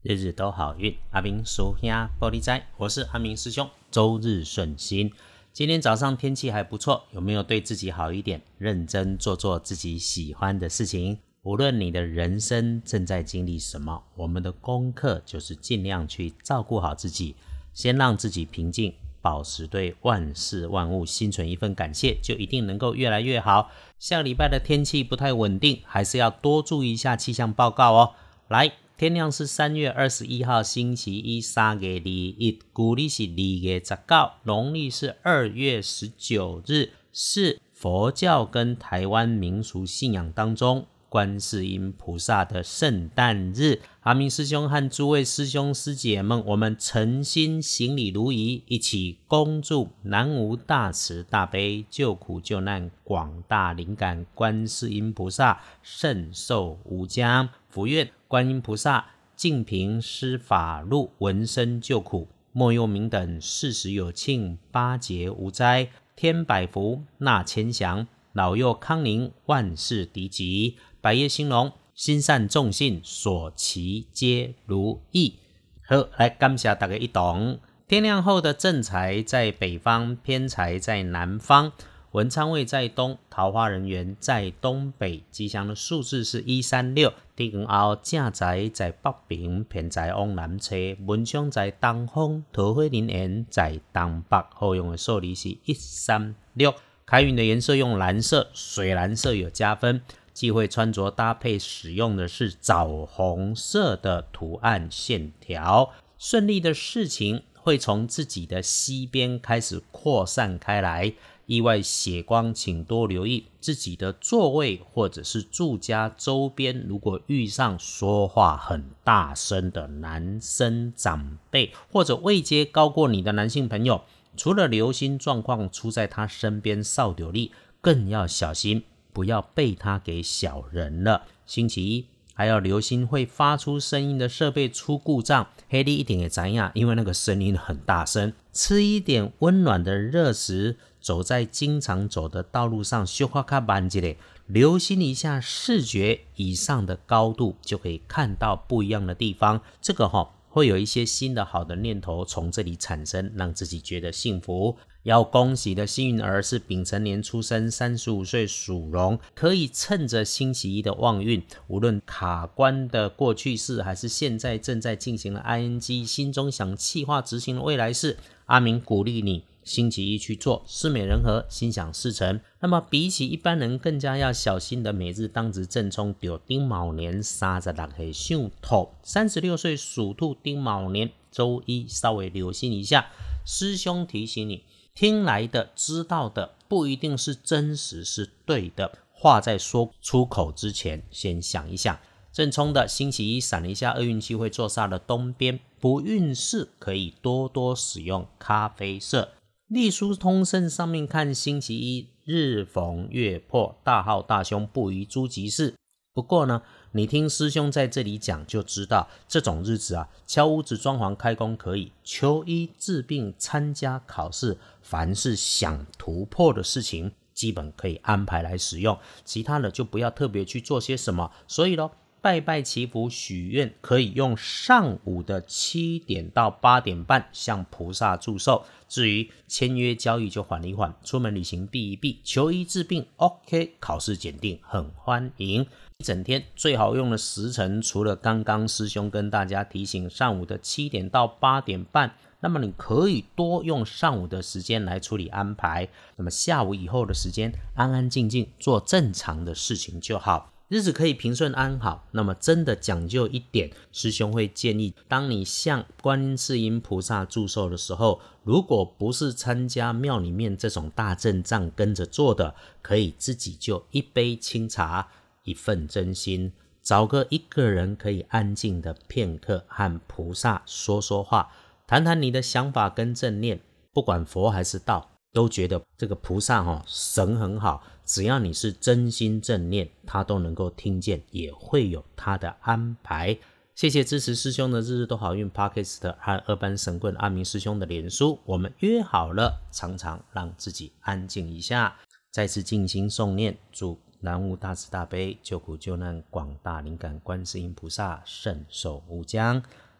日日都好运，阿明属兄玻璃斋，我是阿明师兄，周日顺心。今天早上天气还不错，有没有对自己好一点，认真做做自己喜欢的事情？无论你的人生正在经历什么，我们的功课就是尽量去照顾好自己，先让自己平静，保持对万事万物心存一份感谢，就一定能够越来越好。下个礼拜的天气不太稳定，还是要多注意一下气象报告哦。来，天亮是3月21号星期一，3月21，古历是2月19，农历是2月19日，是佛教跟台湾民俗信仰当中观世音菩萨的圣诞日。阿明师兄和诸位师兄师姐们，我们诚心行礼如仪，一起恭祝南无大慈大悲救苦救难广大灵感观世音菩萨圣寿无疆，福愿观音菩萨净瓶施法路，闻声救苦，莫佑民等事时有庆，八劫无灾，天百福纳千祥，老幼康宁万事敌吉，百业兴隆，心善众信，所祈皆如意。好，来感谢大家一同。天亮后的正财在北方，偏财在南方，文昌位在东，桃花人缘在东北，吉祥的数字是136。地光后正财在北边，偏财往南侧，文昌在东方，桃花人缘在东北，好用的数字是136。开运的颜色用蓝色，水蓝色有加分。忌讳穿着搭配使用的是枣红色的图案线条。顺利的事情会从自己的西边开始扩散开来，意外血光请多留意自己的座位或者是住家周边，如果遇上说话很大声的男生长辈，或者位阶高过你的男性朋友，除了留心状况出在他身边扫丢力，更要小心不要被他给小人了。星期一还要留心会发出声音的设备出故障，黑你一定也知道，因为那个声音很大声。吃一点温暖的热食，走在经常走的道路上，小可较慢一点，留心一下视觉以上的高度，就可以看到不一样的地方。这个会有一些新的好的念头从这里产生，让自己觉得幸福。要恭喜的幸运儿是丙辰年出生，35岁属龙，可以趁着星期一的旺运，无论卡关的过去式还是现在正在进行的 ING， 心中想企划执行的未来事，阿明鼓励你星期一去做，事美人和，心想事成。那么比起一般人更加要小心的每日当值正冲到丁卯年36岁属兔，36岁属兔丁卯年周一稍微留心一下。师兄提醒你，听来的知道的不一定是真实是对的，话在说出口之前先想一想。正冲的星期一闪了一下厄运气会坐煞的东边，不运势可以多多使用咖啡色。隶书通胜上面看，星期一日逢月破，大号大凶，不宜诸吉事。不过呢，你听师兄在这里讲就知道，这种日子敲屋子装潢开工可以，求医治病参加考试，凡是想突破的事情基本可以安排来使用，其他的就不要特别去做些什么。所以咯，拜拜祈福许愿可以用上午的7点到8点半向菩萨祝寿，至于签约交易就缓一缓，出门旅行避一避，求医治病 OK， 考试检定很欢迎。一整天最好用的时辰，除了刚刚师兄跟大家提醒上午的7点到8点半，那么你可以多用上午的时间来处理安排，那么下午以后的时间安安静静做正常的事情就好，日子可以平顺安好。那么真的讲究一点，师兄会建议，当你向观世音菩萨祝寿的时候，如果不是参加庙里面这种大阵仗跟着做的，可以自己就一杯清茶，一份真心，找个一个人可以安静的片刻，和菩萨说说话，谈谈你的想法跟正念。不管佛还是道，都觉得这个菩萨神很好，只要你是真心正念，他都能够听见，也会有他的安排。谢谢支持师兄的日日都好运 Podcast 和二班神棍阿明师兄的脸书，我们约好了常常让自己安静一下，再次静心诵念，祝南无大慈大悲救苦救难广大灵感观世音菩萨圣寿无疆。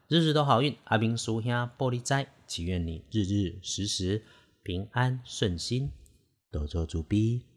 日日都好运，阿明叔兄玻璃仔，祈愿你日日时时平安顺心，多做主逼。